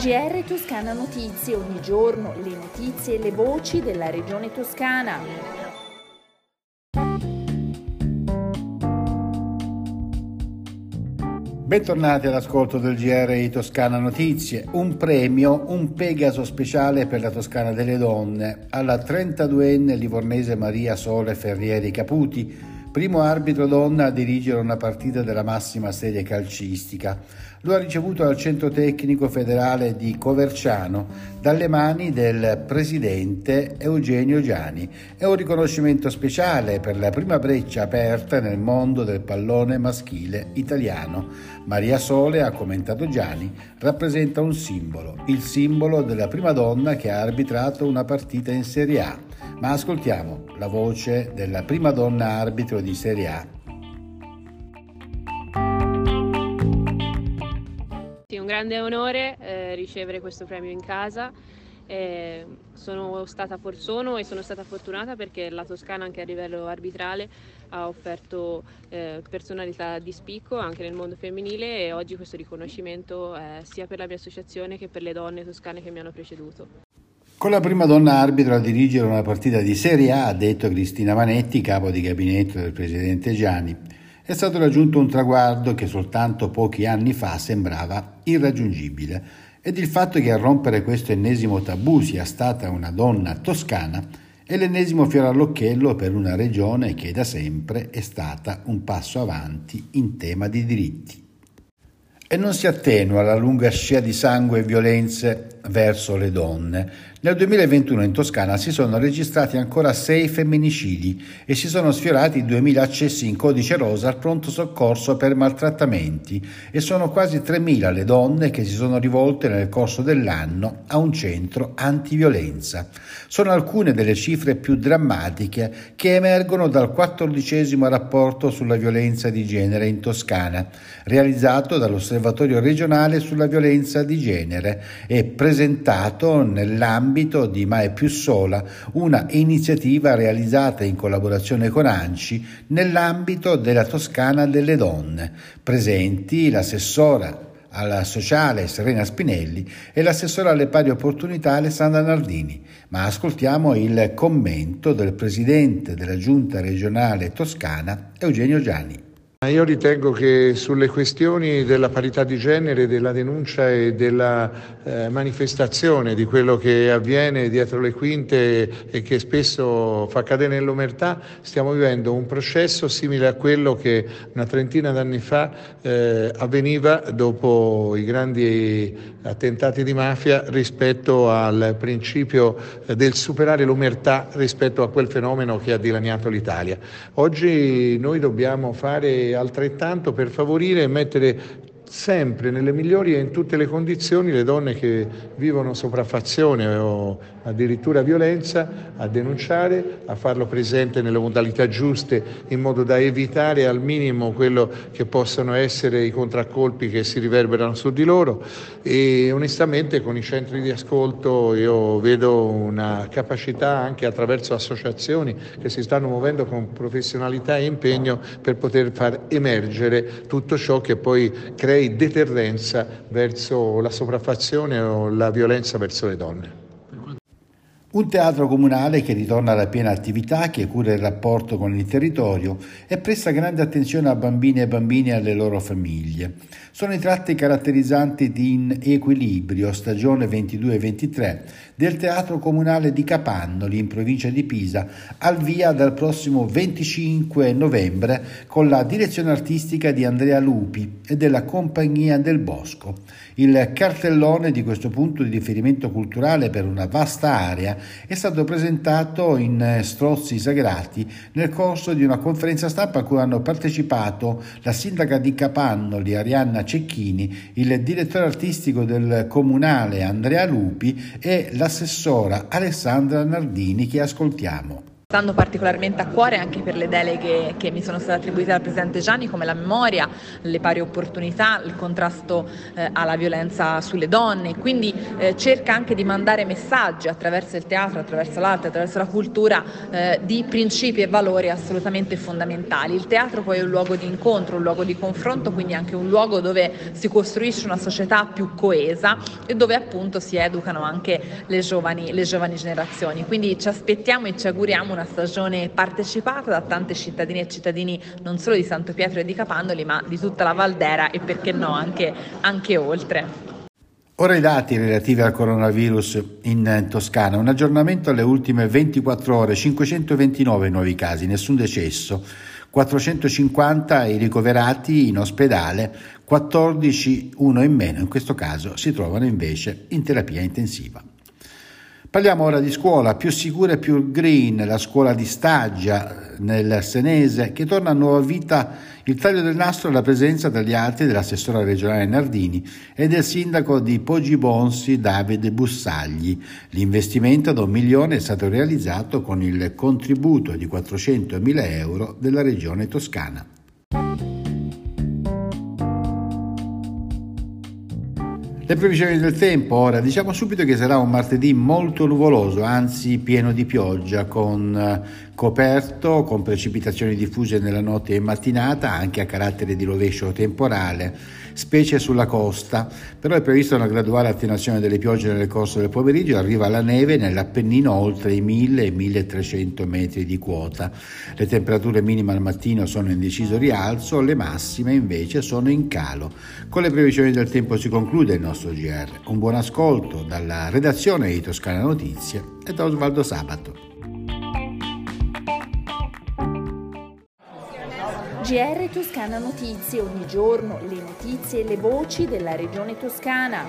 GR Toscana Notizie, ogni giorno le notizie e le voci della regione toscana. Bentornati all'ascolto del GR Toscana Notizie. Un premio, un Pegaso speciale per la Toscana delle donne alla 32enne livornese Maria Sole Ferrieri Caputi, primo arbitro donna a dirigere una partita della massima serie calcistica. Lo ha ricevuto al Centro Tecnico Federale di Coverciano dalle mani del presidente Eugenio Giani. È un riconoscimento speciale per la prima breccia aperta nel mondo del pallone maschile italiano. Maria Sole, ha commentato Giani, rappresenta un simbolo, il simbolo della prima donna che ha arbitrato una partita in Serie A. Ma ascoltiamo la voce della prima donna arbitro di Serie A. Sì, un grande onore ricevere questo premio in casa. Sono stata fortunata perché la Toscana anche a livello arbitrale ha offerto personalità di spicco anche nel mondo femminile, e oggi questo riconoscimento sia per la mia associazione che per le donne toscane che mi hanno preceduto. Con la prima donna arbitro a dirigere una partita di Serie A, ha detto Cristina Manetti, capo di gabinetto del presidente Giani, è stato raggiunto un traguardo che soltanto pochi anni fa sembrava irraggiungibile, ed il fatto che a rompere questo ennesimo tabù sia stata una donna toscana è l'ennesimo fiore all'occhiello per una regione che da sempre è stata un passo avanti in tema di diritti. E non si attenua la lunga scia di sangue e violenze verso le donne. Nel 2021 in Toscana si sono registrati ancora 6 femminicidi e si sono sfiorati 2000 accessi in codice rosa al pronto soccorso per maltrattamenti, e sono quasi 3.000 le donne che si sono rivolte nel corso dell'anno a un centro antiviolenza. Sono alcune delle cifre più drammatiche che emergono dal 14° rapporto sulla violenza di genere in Toscana, realizzato dall'Osservatorio regionale sulla violenza di genere e presentato nell'ambito di Mai più sola, una iniziativa realizzata in collaborazione con ANCI nell'ambito della Toscana delle donne. Presenti l'assessora alla sociale Serena Spinelli e l'assessora alle pari opportunità Alessandra Nardini. Ma ascoltiamo il commento del presidente della Giunta regionale toscana Eugenio Giani. Io ritengo che sulle questioni della parità di genere, della denuncia e della manifestazione di quello che avviene dietro le quinte e che spesso fa cadere nell'omertà, stiamo vivendo un processo simile a quello che una trentina d'anni fa avveniva dopo i grandi attentati di mafia, rispetto al principio del superare l'omertà rispetto a quel fenomeno che ha dilaniato l'Italia. Oggi noi dobbiamo fare altrettanto per favorire e mettere sempre nelle migliori e in tutte le condizioni le donne che vivono sopraffazione o addirittura violenza a denunciare, a farlo presente nelle modalità giuste in modo da evitare al minimo quello che possono essere i contraccolpi che si riverberano su di loro. E onestamente con i centri di ascolto io vedo una capacità anche attraverso associazioni che si stanno muovendo con professionalità e impegno per poter far emergere tutto ciò che poi crei deterrenza verso la sopraffazione o la violenza verso le donne. Un teatro comunale che ritorna alla piena attività, che cura il rapporto con il territorio e presta grande attenzione a bambine e bambini e alle loro famiglie. Sono i tratti caratterizzanti di In Equilibrio, stagione 22-23, del Teatro Comunale di Capannoli, in provincia di Pisa, al via dal prossimo 25 novembre con la direzione artistica di Andrea Lupi e della Compagnia del Bosco. Il cartellone di questo punto di riferimento culturale per una vasta area è stato presentato in Strozzi Sagrati nel corso di una conferenza stampa a cui hanno partecipato la sindaca di Capannoli Arianna Cecchini, il direttore artistico del comunale Andrea Lupi e l'assessora Alessandra Nardini, che ascoltiamo. Stando particolarmente a cuore anche per le deleghe che mi sono state attribuite dal Presidente Gianni, come la memoria, le pari opportunità, il contrasto alla violenza sulle donne, quindi cerca anche di mandare messaggi attraverso il teatro, attraverso l'arte, attraverso la cultura di principi e valori assolutamente fondamentali. Il teatro poi è un luogo di incontro, un luogo di confronto, quindi anche un luogo dove si costruisce una società più coesa e dove appunto si educano anche le giovani generazioni. Quindi ci aspettiamo e ci auguriamo una stagione partecipata da tante cittadine e cittadini non solo di Santo Pietro e di Capandoli, ma di tutta la Valdera e perché no anche oltre. Ora i dati relativi al coronavirus in Toscana, un aggiornamento alle ultime 24 ore, 529 nuovi casi, nessun decesso, 450 i ricoverati in ospedale, 14 uno in meno, in questo caso si trovano invece in terapia intensiva. Parliamo ora di scuola, più sicura e più green, la scuola di Staggia nel Senese che torna a nuova vita. Il taglio del nastro alla presenza tra gli altri dell'assessora regionale Nardini e del sindaco di Poggibonsi Davide Bussagli. L'investimento da 1 milione è stato realizzato con il contributo di 400.000 euro della regione toscana. Le previsioni del tempo, ora diciamo subito che sarà un martedì molto nuvoloso, anzi pieno di pioggia, con coperto, con precipitazioni diffuse nella notte e mattinata, anche a carattere di rovescio temporale, specie sulla costa, però è prevista una graduale attenuazione delle piogge nel corso del pomeriggio, arriva la neve nell'Appennino oltre i 1000 e 1300 metri di quota. Le temperature minime al mattino sono in deciso rialzo, le massime invece sono in calo. Con le previsioni del tempo si conclude il nostro GR. Un buon ascolto dalla redazione di Toscana Notizie e da Osvaldo Sabato. GR Toscana Notizie, ogni giorno le notizie e le voci della regione toscana.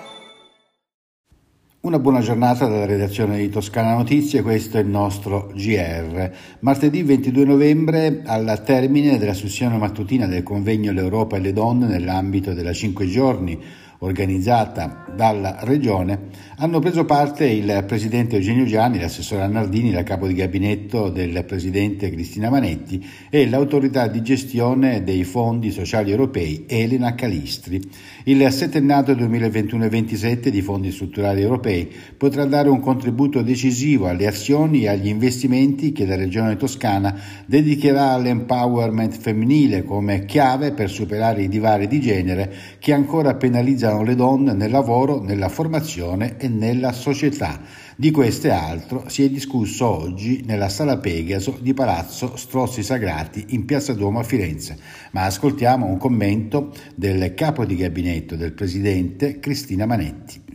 Una buona giornata dalla redazione di Toscana Notizie, questo è il nostro GR. Martedì 22 novembre, al termine della sessione mattutina del convegno L'Europa e le donne nell'ambito della 5 giorni organizzata dalla Regione, hanno preso parte il Presidente Eugenio Gianni, l'assessora Nardini, la capo di gabinetto del Presidente Cristina Manetti e l'autorità di gestione dei fondi sociali europei Elena Calistri. Il settennato 2021-27 di fondi strutturali europei potrà dare un contributo decisivo alle azioni e agli investimenti che la Regione Toscana dedicherà all'empowerment femminile come chiave per superare i divari di genere che ancora penalizzano le donne nel lavoro, nella formazione e nella società. Di questo e altro si è discusso oggi nella Sala Pegaso di Palazzo Strozzi Sagrati in Piazza Duomo a Firenze. Ma ascoltiamo un commento del capo di gabinetto del Presidente Cristina Manetti.